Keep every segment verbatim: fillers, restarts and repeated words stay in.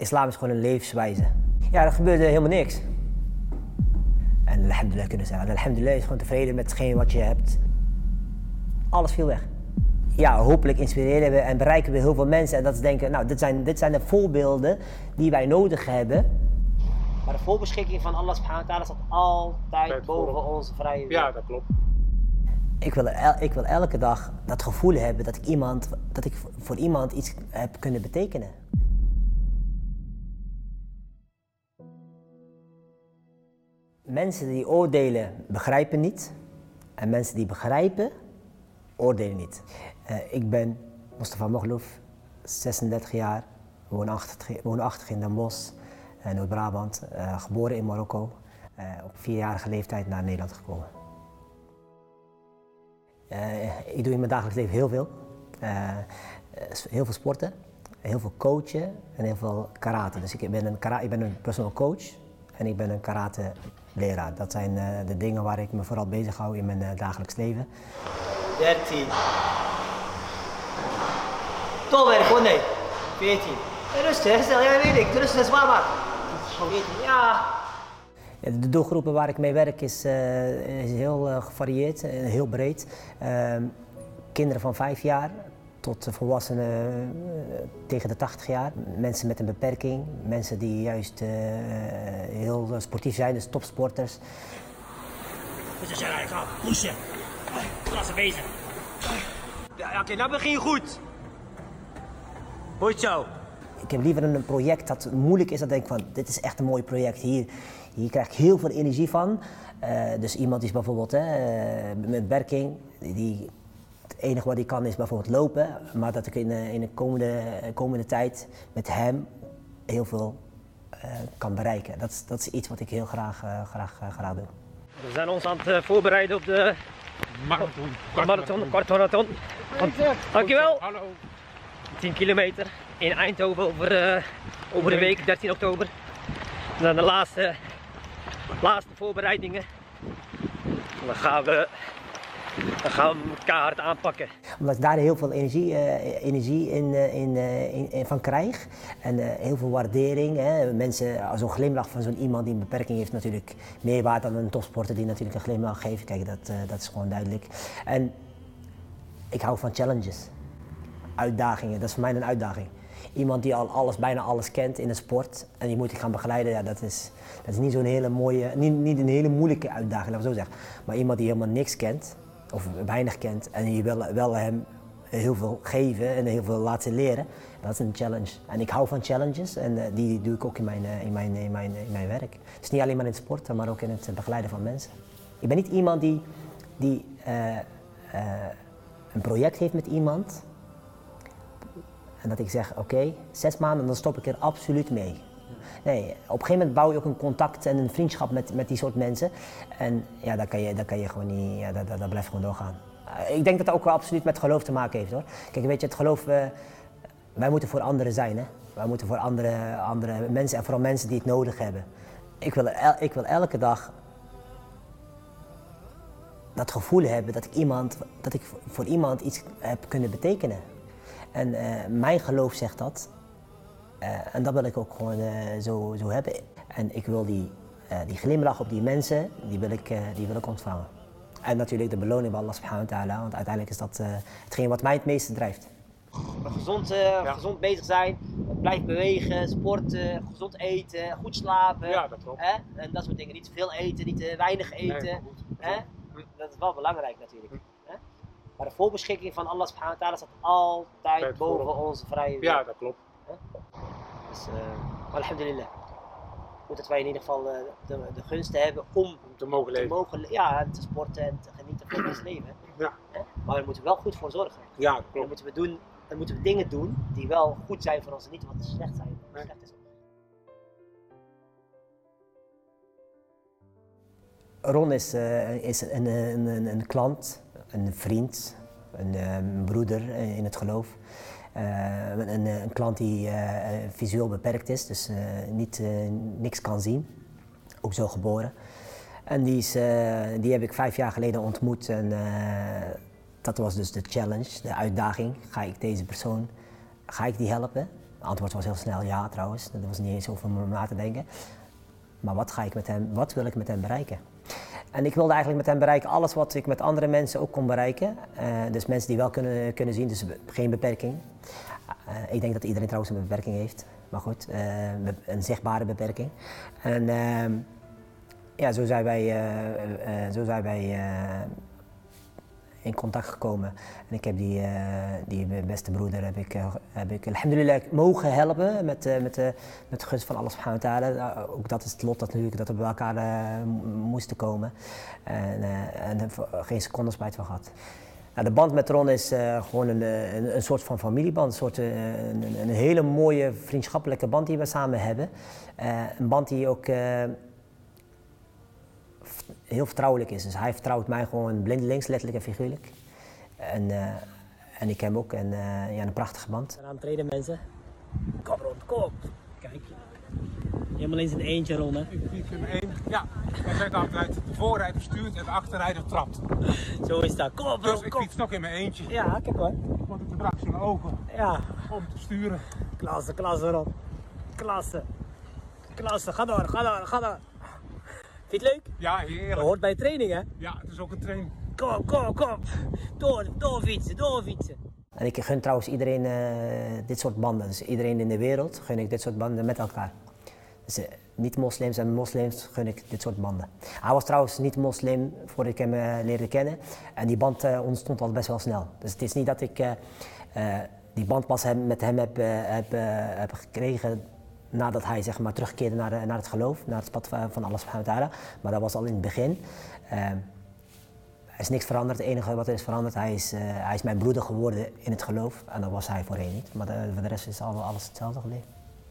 Islam is gewoon een levenswijze. Ja, er gebeurde helemaal niks. En alhamdulillah kunnen zeggen. Alhamdulillah is gewoon tevreden met hetgeen wat je hebt. Alles viel weg. Ja, hopelijk inspireren we en bereiken we heel veel mensen. En dat ze denken, nou, dit zijn, dit zijn de voorbeelden die wij nodig hebben. Maar de voorbeschikking van Allah subhanahu wa ta'ala staat altijd Kijk, boven voor... onze vrije wil. Ja, dat klopt. Ik wil, el, ik wil elke dag dat gevoel hebben dat ik, iemand, dat ik voor iemand iets heb kunnen betekenen. Mensen die oordelen, begrijpen niet. En mensen die begrijpen, oordelen niet. Uh, ik ben Mustafa Moglouf, zesendertig jaar, woonachtig, woonachtig in Den Bosch, uh, Noord-Brabant, uh, geboren in Marokko. Uh, op vierjarige leeftijd naar Nederland gekomen. Uh, ik doe in mijn dagelijks leven heel veel. Uh, heel veel sporten, heel veel coachen en heel veel karate. Dus ik ben een, kara ik ben een personal coach en ik ben een karate leraar. Dat zijn uh, de dingen waar ik me vooral bezig hou in mijn uh, dagelijks leven. dertien. Tolwerk, hoor nee. veertien. Rustig, stel jij weet ik. Rustig, zwaar maar. veertien, ja. De doelgroepen waar ik mee werk is, uh, is heel uh, gevarieerd, uh, heel breed. Uh, kinderen van vijf jaar tot volwassenen uh, tegen de tachtig jaar. Mensen met een beperking, mensen die juist uh, heel sportief zijn, dus topsporters. Dus jij gaat gaan, pushen. Klasse bezig. Ja, oké, okay, nou begin je goed. Goed zo. Ik heb liever een project dat moeilijk is, dat denk ik van, dit is echt een mooi project. Hier, hier krijg ik heel veel energie van. Uh, dus iemand die is bijvoorbeeld hè, uh, met beperking, die, het enige wat hij kan is bijvoorbeeld lopen. Maar dat ik in, uh, in de komende, komende tijd met hem heel veel uh, kan bereiken. Dat is, dat is iets wat ik heel graag, uh, graag, uh, graag doe. We zijn ons aan het uh, voorbereiden op de marathon. Kort marathon, kort marathon. Dankjewel. Hallo. tien kilometer in Eindhoven over, uh, over de week, dertien oktober. En dan de laatste, laatste voorbereidingen. En dan gaan we, dan gaan we elkaar hard aanpakken. Omdat ik daar heel veel energie, uh, energie in, uh, in, uh, in, in van krijg. En uh, heel veel waardering. Hè. Mensen, zo'n glimlach van zo'n iemand die een beperking heeft natuurlijk meer waard dan een topsporter die natuurlijk een glimlach geeft. Kijk, dat, uh, dat is gewoon duidelijk. En ik hou van challenges. Uitdagingen, dat is voor mij een uitdaging. Iemand die al alles, bijna alles kent in de sport en die moet ik gaan begeleiden, ja, dat is, dat is niet zo'n hele mooie, niet, niet een hele moeilijke uitdaging, laten we zo zeggen. Maar iemand die helemaal niks kent, of weinig kent, en je wil wel hem heel veel geven en heel veel laten leren, dat is een challenge. En ik hou van challenges en uh, die doe ik ook in mijn, uh, in, mijn, in, mijn, in mijn werk. Het is niet alleen maar in het sporten, maar ook in het begeleiden van mensen. Ik ben niet iemand die, die uh, uh, een project heeft met iemand, en dat ik zeg, oké, okay, zes maanden, dan stop ik er absoluut mee. Nee, op een gegeven moment bouw je ook een contact en een vriendschap met, met die soort mensen. En ja, dan kan je, dan kan je gewoon niet, ja, dat, dat, dat blijft gewoon doorgaan. Uh, ik denk dat dat ook wel absoluut met geloof te maken heeft, hoor. Kijk, weet je, het geloof, uh, wij moeten voor anderen zijn, hè. Wij moeten voor andere, andere mensen en vooral mensen die het nodig hebben. Ik wil, el, ik wil elke dag dat gevoel hebben dat ik, iemand, dat ik voor iemand iets heb kunnen betekenen. En uh, mijn geloof zegt dat. Uh, en dat wil ik ook gewoon uh, zo, zo hebben. En ik wil die, uh, die glimlach op die mensen, die wil, ik, uh, die wil ik ontvangen. En natuurlijk de beloning bij Allah subhanahu wa ta'ala, want uiteindelijk is dat uh, hetgeen wat mij het meeste drijft. Gezond, uh, ja. gezond bezig zijn, blijf bewegen, sporten, gezond eten, goed slapen. Ja, dat klopt. Hè? En dat soort dingen. Niet te veel eten, niet te weinig eten. Nee, goed, goed. Hè? Dat is wel belangrijk natuurlijk. Maar de voorbeschikking van Allah subhanahu wa ta'ala staat altijd Kijk, boven voor... onze vrije wil. Ja, dat klopt. Huh? Dus, uh, alhamdulillah. Goed dat wij in ieder geval uh, de, de gunsten hebben om, om te mogen leven. Te mogen, ja, te sporten en te genieten van ons leven. Ja. Huh? Maar daar moeten we wel goed voor zorgen. Ja, dat klopt. Dan moeten we, doen, dan moeten we dingen doen die wel goed zijn voor ons en niet wat slecht zijn. Nee. Slecht is. Ron is, uh, is een, een, een, een klant. Een vriend, een, een broeder in het geloof. Uh, een, een klant die uh, visueel beperkt is, dus uh, niet, uh, niks kan zien. Ook zo geboren. En die, is, uh, die heb ik vijf jaar geleden ontmoet en uh, dat was dus de challenge, de uitdaging. Ga ik deze persoon, ga ik die helpen? Het antwoord was heel snel ja trouwens, dat was niet eens over om na te denken. Maar wat, ga ik met hem, wat wil ik met hem bereiken? En ik wilde eigenlijk met hem bereiken alles wat ik met andere mensen ook kon bereiken. Uh, dus mensen die wel kunnen, kunnen zien, dus geen beperking. Uh, ik denk dat iedereen trouwens een beperking heeft, maar goed, uh, een zichtbare beperking. En uh, ja, zo zijn wij, uh, uh, zo zijn wij uh, in contact gekomen. En ik heb die, uh, die beste broeder, heb ik, uh, heb ik alhamdulillah mogen helpen met, uh, met, uh, met de gunst van Allah subhanahu wa ta'ala. Uh, ook dat is het lot dat, natuurlijk, dat we bij elkaar uh, moesten komen. En, uh, en er geen seconde spijt van gehad. Nou, de band met Ron is uh, gewoon een, een, een soort van familieband, een, soort, uh, een, een hele mooie vriendschappelijke band die we samen hebben. Uh, een band die ook uh, heel vertrouwelijk is. Dus hij vertrouwt mij gewoon blindelings, letterlijk en figuurlijk. En, uh, en ik hem ook. En uh, ja, een prachtige band. We gaan aan het trainen, mensen. Kom Ron, kom. Kijk. Helemaal in zijn eentje, Ron, hè? Ik fiets in één. Ja, hij zegt altijd de voorrijder stuurt en de achterrijder trapt. Zo is dat. Kom, Ron, dus ik kom. fiets toch in mijn eentje. Ja, kijk hoor. Want ik gebruik zijn ogen ja. om te sturen. Klasse, klasse, Ron. Klasse. Klasse, ga door, ga door, ga door. Vind je het leuk? Ja, heerlijk. Dat hoort bij training, hè? Ja, het is ook een training. Kom, kom, kom. Door, doorfietsen, doorfietsen. En ik gun trouwens iedereen uh, dit soort banden. Dus iedereen in de wereld gun ik dit soort banden met elkaar. Dus uh, niet-moslims en moslims gun ik dit soort banden. Hij was trouwens niet moslim voordat ik hem uh, leerde kennen. En die band uh, ontstond al best wel snel. Dus het is niet dat ik uh, uh, die band pas hem, met hem heb, uh, heb, uh, heb gekregen nadat hij zeg maar, terugkeerde naar, de, naar het geloof, naar het pad van Allah subhanahu wa ta'ala. Maar dat was al in het begin. Uh, er is niks veranderd. Het enige wat er is veranderd, hij is, uh, hij is mijn broeder geworden in het geloof. En dat was hij voorheen niet. Maar de, voor de rest is alles hetzelfde gebleven.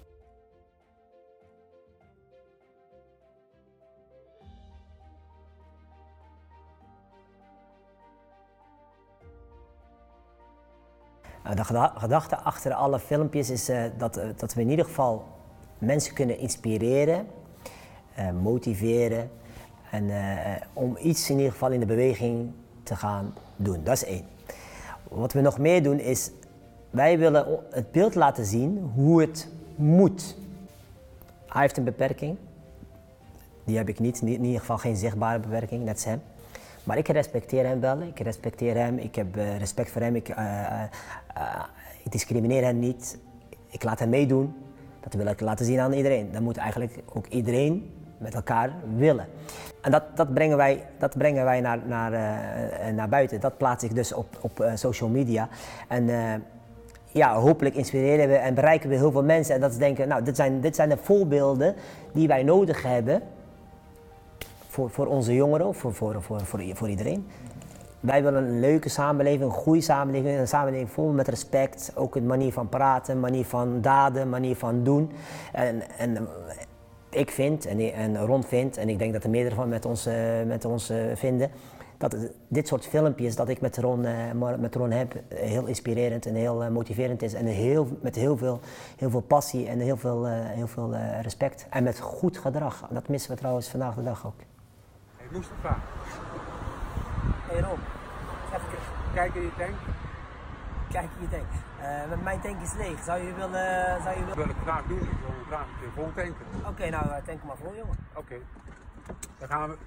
De gedachte achter alle filmpjes is uh, dat, uh, dat we in ieder geval mensen kunnen inspireren, uh, motiveren en uh, om iets in ieder geval in de beweging te gaan doen. Dat is één. Wat we nog meer doen is, wij willen het beeld laten zien hoe het moet. Hij heeft een beperking, die heb ik niet, in ieder geval geen zichtbare beperking, net als hem. Maar ik respecteer hem wel, ik respecteer hem, ik heb uh, respect voor hem, ik, uh, uh, uh, ik discrimineer hem niet, ik laat hem meedoen. Dat wil ik laten zien aan iedereen. Dat moet eigenlijk ook iedereen met elkaar willen. En dat, dat brengen wij, dat brengen wij naar, naar, uh, naar buiten, dat plaats ik dus op, op uh, social media. En uh, ja, hopelijk inspireren we en bereiken we heel veel mensen en dat ze denken, nou dit zijn, dit zijn de voorbeelden die wij nodig hebben. Voor, voor onze jongeren, voor, voor, voor, voor, voor iedereen. Wij willen een leuke samenleving, een goede samenleving, een samenleving vol met respect. Ook een manier van praten, een manier van daden, een manier van doen. En, en ik vind, en, en Ron vindt, en ik denk dat de meerdere van met ons, uh, met ons uh, vinden, dat het, dit soort filmpjes dat ik met Ron, uh, met Ron heb, heel inspirerend en heel uh, motiverend is. En heel, met heel veel, heel veel passie en heel veel, uh, heel veel uh, respect. En met goed gedrag. Dat missen we trouwens vandaag de dag ook. Mustafa, hey Ron, even kijk in je tank. Kijk in je tank. Uh, mijn tank is leeg. Zou je willen... Uh, zou je Dat wil ik graag doen. Ik wil graag een telefoon tanken. Oké, okay, nou uh, tank maar vol, jongen. Oké, okay. Dan gaan we.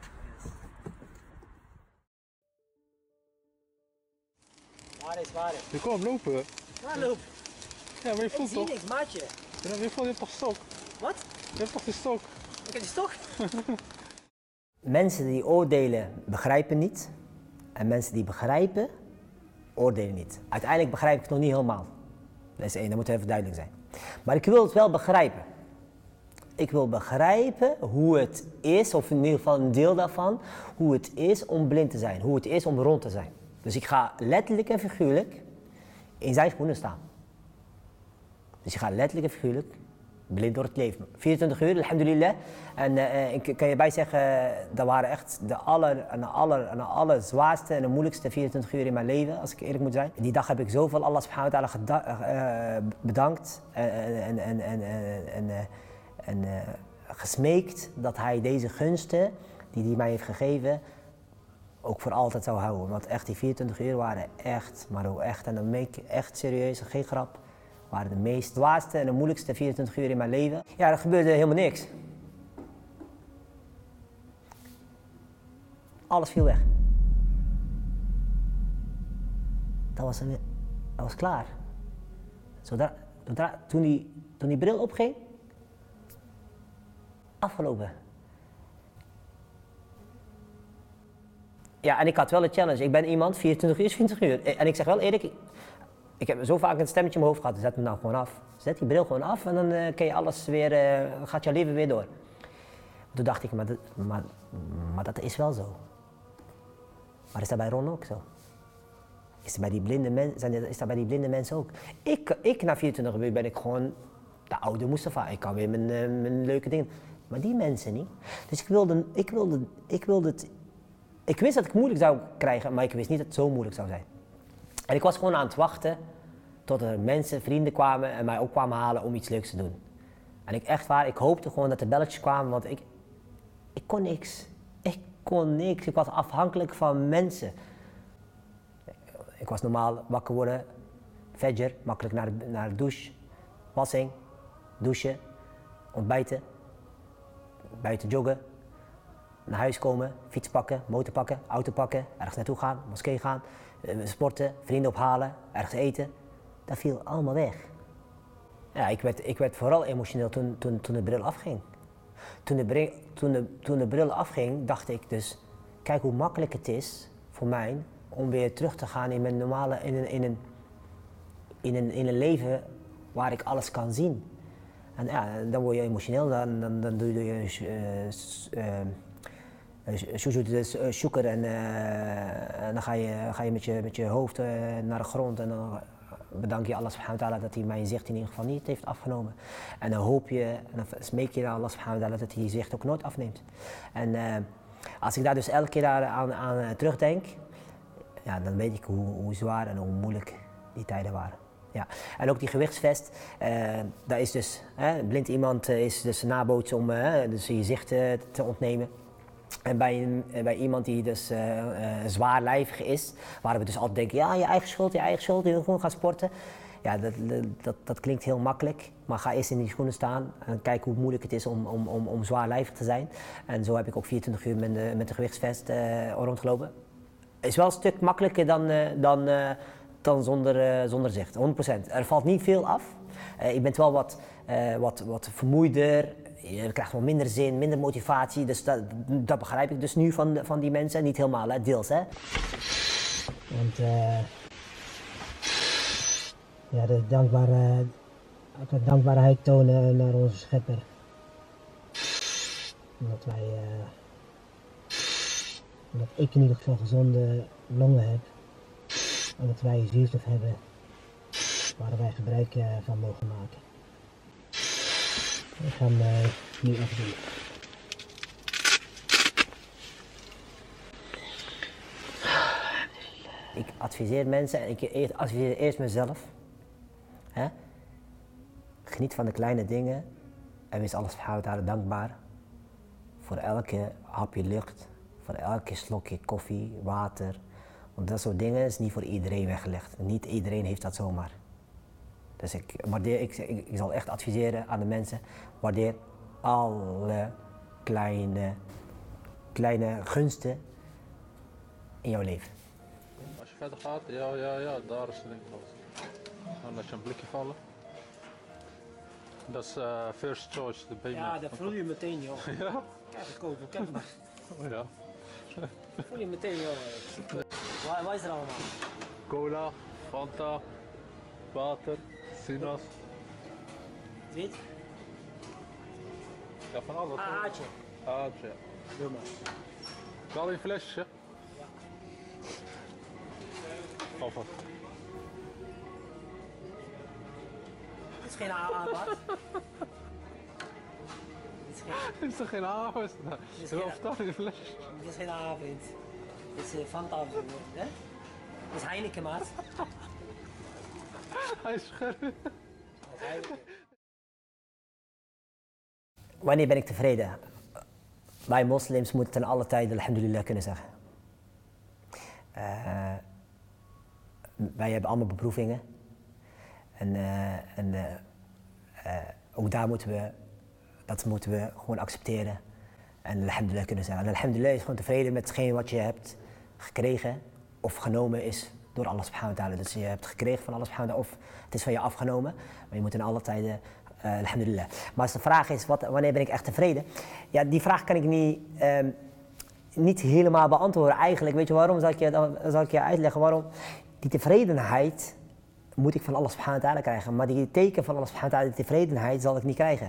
Waar is, waar is? Je komt lopen. Waar loop? Ja, maar je voelt toch? Ik zie niks, maatje. Ja, maar je voelt, je hebt toch stok? Wat? Je hebt toch die stok? Ik heb die stok. Mensen die oordelen begrijpen niet en mensen die begrijpen oordelen niet. Uiteindelijk begrijp ik het nog niet helemaal. Dat is één, dat moet even duidelijk zijn. Maar ik wil het wel begrijpen. Ik wil begrijpen hoe het is, of in ieder geval een deel daarvan, hoe het is om blind te zijn, hoe het is om rond te zijn. Dus ik ga letterlijk en figuurlijk in zijn schoenen staan. Dus je gaat letterlijk en figuurlijk blind door het leven. vierentwintig uur, alhamdulillah. En uh, ik kan je bij zeggen, dat waren echt de aller, en de aller, en de aller zwaarste en de moeilijkste vierentwintig uur in mijn leven, als ik eerlijk moet zijn. Die dag heb ik zoveel Allah subhanahu wa ta'ala uh, bedankt en, en, en, en, en, uh, en uh, gesmeekt dat hij deze gunsten die hij mij heeft gegeven, ook voor altijd zou houden. Want echt die vierentwintig uur waren echt, maar ook echt, en dan meen ik echt serieus, geen grap, waren de meest zwaarste en de moeilijkste vierentwintig uur in mijn leven. Ja, er gebeurde helemaal niks. Alles viel weg. Dat was, een, dat was klaar. Zodra, zodra, toen, die, toen die bril opging, afgelopen. Ja, en ik had wel een challenge. Ik ben iemand, vierentwintig uur is vierentwintig uur. En ik zeg wel eerlijk, ik, ik heb zo vaak een stemmetje in mijn hoofd gehad, zet hem nou gewoon af. Zet die bril gewoon af en dan uh, kun je alles weer, uh, gaat jouw leven weer door. Toen dacht ik, maar, dat, maar, maar dat is wel zo. Maar is dat bij Ron ook zo? Is dat bij die blinde, men, zijn, is dat bij die blinde mensen ook? Ik, ik na vierentwintig uur ben ik gewoon de oude Mustafa. Ik kan weer mijn, uh, mijn leuke dingen. Maar die mensen niet. Dus ik wilde, ik wilde, ik wilde het... Ik wist dat ik moeilijk zou krijgen, maar ik wist niet dat het zo moeilijk zou zijn. En ik was gewoon aan het wachten tot er mensen, vrienden kwamen en mij ook kwamen halen om iets leuks te doen. En ik echt waar, ik hoopte gewoon dat er belletjes kwamen, want ik, ik kon niks. Ik kon niks. Ik was afhankelijk van mensen. Ik was normaal wakker worden, fajr, makkelijk naar de, naar de douche, wassing, douchen, ontbijten, buiten joggen, naar huis komen, fiets pakken, motor pakken, auto pakken, ergens naartoe gaan, moskee gaan, sporten, vrienden ophalen, ergens eten. Dat viel allemaal weg. Ja, ik werd, ik werd vooral emotioneel toen, toen, toen de bril afging. Toen de, bril, toen, de, toen de bril afging, dacht ik dus, kijk hoe makkelijk het is voor mij om weer terug te gaan in mijn normale, in een, in een, in een, in een leven waar ik alles kan zien. En ja, dan word je emotioneel, dan, dan, dan doe je uh, uh, sujud, dus shukr en, uh, en dan ga je, ga je met je, met je hoofd uh, naar de grond en dan bedank je Allah subhanahu wa ta'ala dat hij mijn zicht in ieder geval niet heeft afgenomen. En dan hoop je, en dan smeek je naar Allah subhanahu wa ta'ala dat hij je zicht ook nooit afneemt. En uh, als ik daar dus elke keer daar aan, aan uh, terugdenk, ja, dan weet ik hoe, hoe zwaar en hoe moeilijk die tijden waren. Ja. En ook die gewichtsvest, uh, daar is dus, hè, blind iemand uh, is dus nabootsen om uh, dus je zicht uh, te ontnemen. En bij, een, bij iemand die dus uh, uh, zwaarlijvig is, waar we dus altijd denken, ja, je eigen schuld, je eigen schuld, je wil gewoon gaan sporten. Ja, dat, dat, dat klinkt heel makkelijk, maar ga eerst in die schoenen staan en kijk hoe moeilijk het is om, om, om, om zwaarlijvig te zijn. En zo heb ik ook vierentwintig uur met de, met de gewichtsvest uh, rondgelopen. Is wel een stuk makkelijker dan, uh, dan, uh, dan zonder, uh, zonder zicht, honderd procent. Er valt niet veel af. Uh, je bent wel wat, uh, wat, wat vermoeider. Je krijgt wel minder zin, minder motivatie, dus dat, dat begrijp ik dus nu van, van die mensen. Niet helemaal, hè, deels. Hè. Want uh, ja, de dankbare, de dankbaarheid tonen naar onze schepper. Omdat wij, uh, omdat ik in ieder geval gezonde longen heb. En dat wij zuurstof hebben waar wij gebruik uh, van mogen maken. We gaan uh, nu even doen. Ik adviseer mensen, ik adviseer eerst mezelf. Hè? Geniet van de kleine dingen en wees alles dankbaar voor elke hapje lucht, voor elke slokje koffie, water. Want dat soort dingen is niet voor iedereen weggelegd. Niet iedereen heeft dat zomaar. Dus ik, waardeer, ik, ik, ik zal echt adviseren aan de mensen, waardeer alle kleine, kleine gunsten in jouw leven. Als je verder gaat, ja, ja, ja, daar is de linkerkant. Dan laat je een blikje vallen. Dat is uh, first choice, de benen. Ja, dat voel je meteen, joh. Ja? Kijk, het kopen, kijk maar. Oh, ja. Dat voel je meteen, joh. Wat, wat is er allemaal? Cola, Fanta, water, sinaas. Wit? Ja, van alles. Ah, haatje. Haatje. Doe maar. Wel in flesjes, hè? Alvast. Het is geen A A, Bart. Is er geen avond? is Heel geen- ofta in flesjes. Dit is geen A A, vriend. Dit is uh, Fanta, hè? Dit is Heineken, maat. Hij is scherp. Dat is Heineken. Wanneer ben ik tevreden? Wij moslims moeten ten alle tijden alhamdulillah kunnen zeggen. Uh, wij hebben allemaal beproevingen. En, uh, en uh, uh, ook daar moeten we, dat moeten we gewoon accepteren. En alhamdulillah kunnen zeggen. En alhamdulillah is gewoon tevreden met hetgeen wat je hebt gekregen of genomen is door Allah subhanahu wa ta'ala. Dus je hebt gekregen van Allah subhanahu wa ta'ala of het is van je afgenomen. Maar je moet in alle tijden, uh, alhamdulillah. Maar als de vraag is, wat, wanneer ben ik echt tevreden? Ja, die vraag kan ik niet, um, niet helemaal beantwoorden eigenlijk. Weet je waarom? Zal ik je, dan zal ik je uitleggen waarom. Die tevredenheid moet ik van Allah subhanahu wa ta'ala krijgen. Maar die teken van Allah subhanahu wa ta'ala, die tevredenheid zal ik niet krijgen.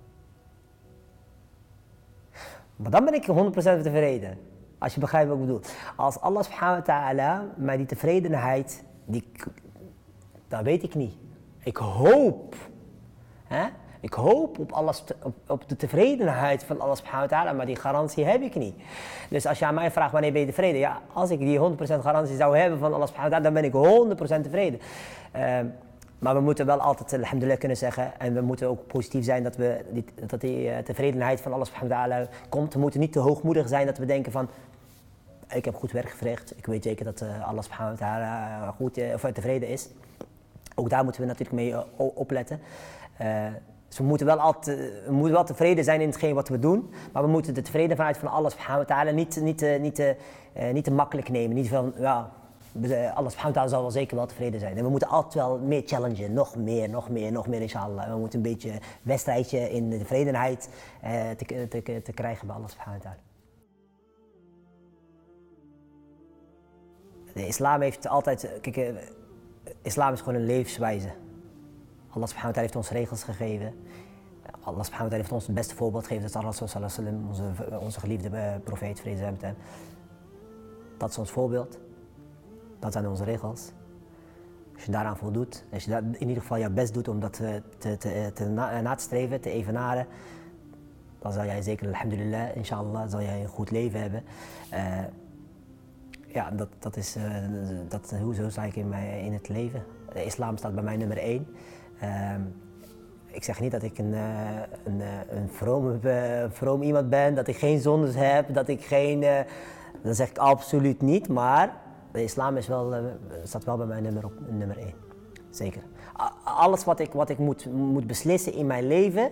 Maar dan ben ik honderd procent tevreden. Als je begrijpt wat ik bedoel. Als Allah subhanahu wa ta'ala mij die tevredenheid, die, dat weet ik niet. Ik hoop. Hè? Ik hoop op, Allah, op, op de tevredenheid van Allah subhanahu wa ta'ala, maar die garantie heb ik niet. Dus als je aan mij vraagt wanneer ben je tevreden? Ja, als ik die honderd procent garantie zou hebben van Allah subhanahu wa ta'ala, dan ben ik honderd procent tevreden. Uh, Maar we moeten wel altijd alhamdulillah kunnen zeggen en we moeten ook positief zijn dat, we die, dat die uh, tevredenheid van Allah subhanahu wa ta'ala komt. We moeten niet te hoogmoedig zijn dat we denken van ik heb goed werk verricht, ik weet zeker dat uh, Allah subhanahu wa ta'ala goed uh, of tevreden is. Ook daar moeten we natuurlijk mee uh, opletten. Uh, dus we moeten, wel altijd, we moeten wel tevreden zijn in hetgeen wat we doen, maar we moeten de tevredenheid van Allah subhanahu wa ta'ala niet, niet, uh, niet, uh, uh, niet te makkelijk nemen. Niet van, ja, Allah subhanahu wa ta'ala zal wel zeker wel tevreden zijn. En we moeten altijd wel meer challengen, nog meer, nog meer, nog meer inshallah. We moeten een beetje een wedstrijdje in de tevredenheid uh, te, te, te krijgen bij Allah subhanahu wa ta'ala. De islam heeft altijd, kijk, uh, islam is gewoon een levenswijze. Allah subhanahu wa ta'ala heeft ons regels gegeven. Allah subhanahu wa ta'ala heeft ons het beste voorbeeld gegeven. Dat is Rasul sallallahu alaihi wasallam, onze, onze geliefde uh, profeet, vrede zij met hem. Dat is ons voorbeeld. Dat zijn onze regels. Als je daaraan voldoet, als je in ieder geval jouw best doet om dat te, te, te, te na, na te streven, te evenaren, dan zal jij zeker, alhamdulillah, inshallah, zal jij een goed leven hebben. Uh, ja, dat, dat is, uh, dat, hoezo sta ik in, mijn, in het leven? De islam staat bij mij nummer één. Uh, ik zeg niet dat ik een, een, een vroom, vroom iemand ben, dat ik geen zondes heb, dat ik geen... Uh, dat zeg ik absoluut niet, maar de islam is wel, uh, staat wel bij mij nummer, op, nummer één. Zeker. A- alles wat ik, wat ik moet, moet beslissen in mijn leven,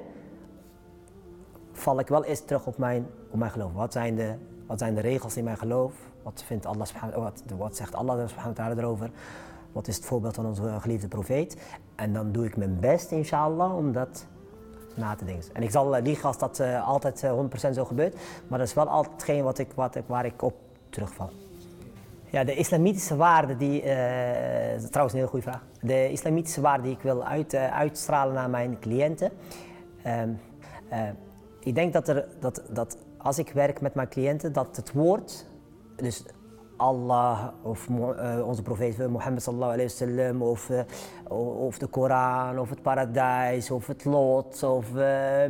val ik wel eens terug op mijn, op mijn geloof. Wat zijn, de, wat zijn de regels in mijn geloof? Wat, vindt Allah, wat, wat zegt Allah subhanahu wa ta'ala erover? Wat is het voorbeeld van onze geliefde profeet? En dan doe ik mijn best, inshallah, om dat na te denken. En ik zal liegen als dat uh, altijd uh, honderd procent zo gebeurt, maar dat is wel altijd hetgeen wat ik, wat ik, waar ik op terugval. Ja, de islamitische waarden die, uh, dat is trouwens een hele goede vraag. De islamitische waarden die ik wil uit, uh, uitstralen naar mijn cliënten. Uh, uh, ik denk dat, er, dat, dat als ik werk met mijn cliënten, dat het woord, dus Allah of uh, onze profeet Mohammed sallallahu alayhi wa sallam, of, uh, of de Koran, of het paradijs, of het lot, of uh, uh,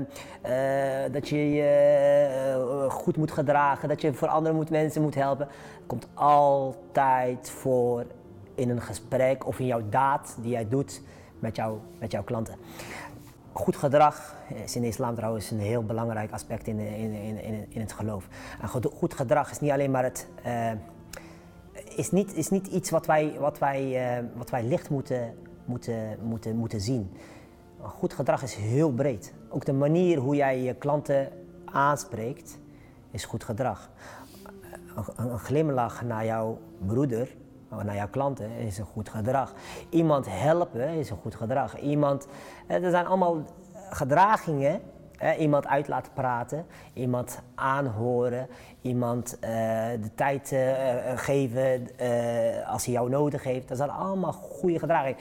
dat je je uh, goed moet gedragen, dat je voor andere moet, mensen moet helpen, komt altijd voor in een gesprek of in jouw daad die jij doet met, jou, met jouw klanten. Goed gedrag is in de islam trouwens een heel belangrijk aspect in, in, in, in, in het geloof. En goed, goed gedrag is niet alleen maar het... Uh, Is niet, is niet iets wat wij, wat wij, uh, wat wij licht moeten, moeten, moeten, moeten zien. Goed gedrag is heel breed. Ook de manier hoe jij je klanten aanspreekt is goed gedrag. Een, een glimlach naar jouw broeder, naar jouw klanten is een goed gedrag. Iemand helpen is een goed gedrag. Iemand, er zijn allemaal gedragingen. Eh, iemand uit laten praten, iemand aanhoren, iemand uh, de tijd uh, geven uh, als hij jou nodig heeft. Dat zijn allemaal goede gedragingen.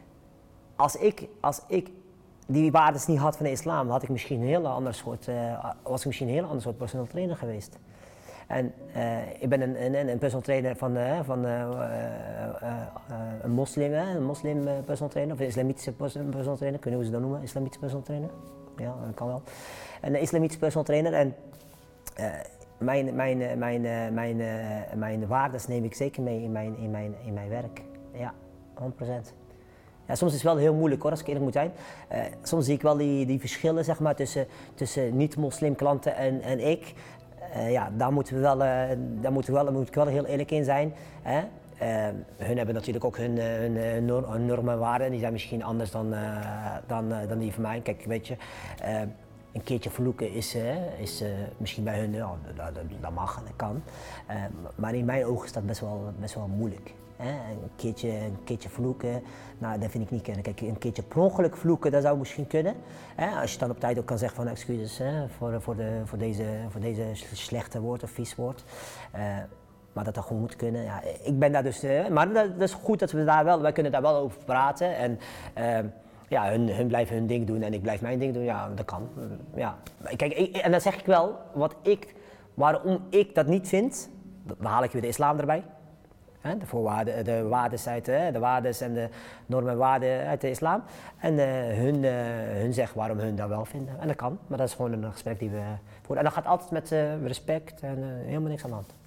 Als ik, als ik die waarden niet had van de islam, had ik misschien een heel ander soort, uh, was ik misschien een heel ander soort personal trainer geweest. En uh, ik ben een, een, een personal trainer van, uh, van uh, uh, uh, een moslim, uh, een moslim uh, personal trainer, of een islamitische personal trainer, kun je hoe ze dat noemen, islamitische personal trainer. Ja, dat kan wel. Een islamitische personal trainer en uh, mijn, mijn, mijn, mijn, mijn, mijn waarden neem ik zeker mee in mijn, in mijn, in mijn werk. Ja, honderd procent. Ja, soms is het wel heel moeilijk hoor, als ik eerlijk moet zijn. Uh, soms zie ik wel die, die verschillen zeg maar, tussen, tussen niet-moslim klanten en, en ik. Uh, ja, daar moeten we wel, uh, daar moeten we wel, daar moet ik wel heel eerlijk in zijn. Hè? Uh, hun hebben natuurlijk ook hun, hun, hun, nor hun normen en waarden. Die zijn misschien anders dan, uh, dan, uh, dan die van mij. Kijk, weet je, uh, een keertje vloeken is, uh, is uh, misschien bij hun, uh, dat, dat, dat mag en dat kan. Uh, maar in mijn ogen is dat best wel, best wel moeilijk. Hè? Een, keertje, een keertje vloeken, nou, dat vind ik niet kunnen. Kijk, een keertje per ongeluk vloeken, dat zou misschien kunnen. Hè? Als je dan op tijd ook kan zeggen van excuses hè, voor, voor, de, voor, deze, voor deze slechte woord of vies woord. Uh, Maar dat dat gewoon moet kunnen. Ja, ik ben daar dus. Uh, maar dat, dat is goed dat we daar wel. Wij kunnen daar wel over praten. En uh, ja, hun, hun blijven hun ding doen en ik blijf mijn ding doen. Ja, dat kan. Uh, ja. Kijk, ik, en dan zeg ik wel wat ik, waarom ik dat niet vind. Dan haal ik weer de islam erbij. Hè, de voorwaarden, de waarden uit de, de waarden en de normen en waarden uit de islam. En uh, hun, uh, hun zegt waarom hun dat wel vinden. En dat kan. Maar dat is gewoon een gesprek die we voeren. En dat gaat altijd met uh, respect en uh, helemaal niks aan de hand.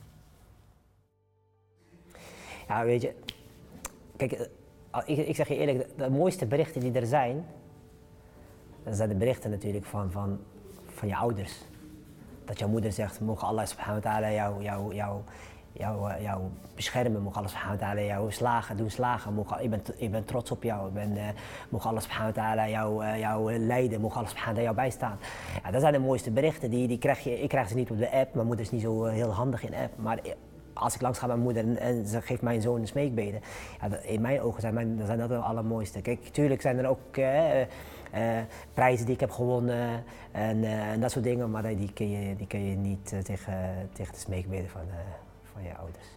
Ja, weet je, kijk, ik, ik zeg je eerlijk, de, de mooiste berichten die er zijn, dat zijn de berichten natuurlijk van, van, van je ouders. Dat jouw moeder zegt, mogen Allah subhanahu wa ta'ala jou, jou, jou, jou, jou beschermen, mogen Allah subhanahu wa ta'ala jou slagen, doen slagen, mogen, ik, ben, ik ben trots op jou, ik ben, uh, mogen Allah subhanahu wa ta'ala jou, uh, jou leiden, mogen Allah subhanahu wa ta'ala jou bijstaan. Ja, dat zijn de mooiste berichten, die, die krijg je, ik krijg ze niet op de app, mijn moeder is niet zo uh, heel handig in app, maar als ik langs ga met mijn moeder en, en ze geeft mijn zoon een smeekbede, ja, dat, in mijn ogen zijn, mijn, zijn dat de allermooiste. Kijk, natuurlijk zijn er ook uh, uh, prijzen die ik heb gewonnen en, uh, en dat soort dingen, maar die kun je, die kun je niet uh, tegen, tegen de smeekbeden van, uh, van je ouders.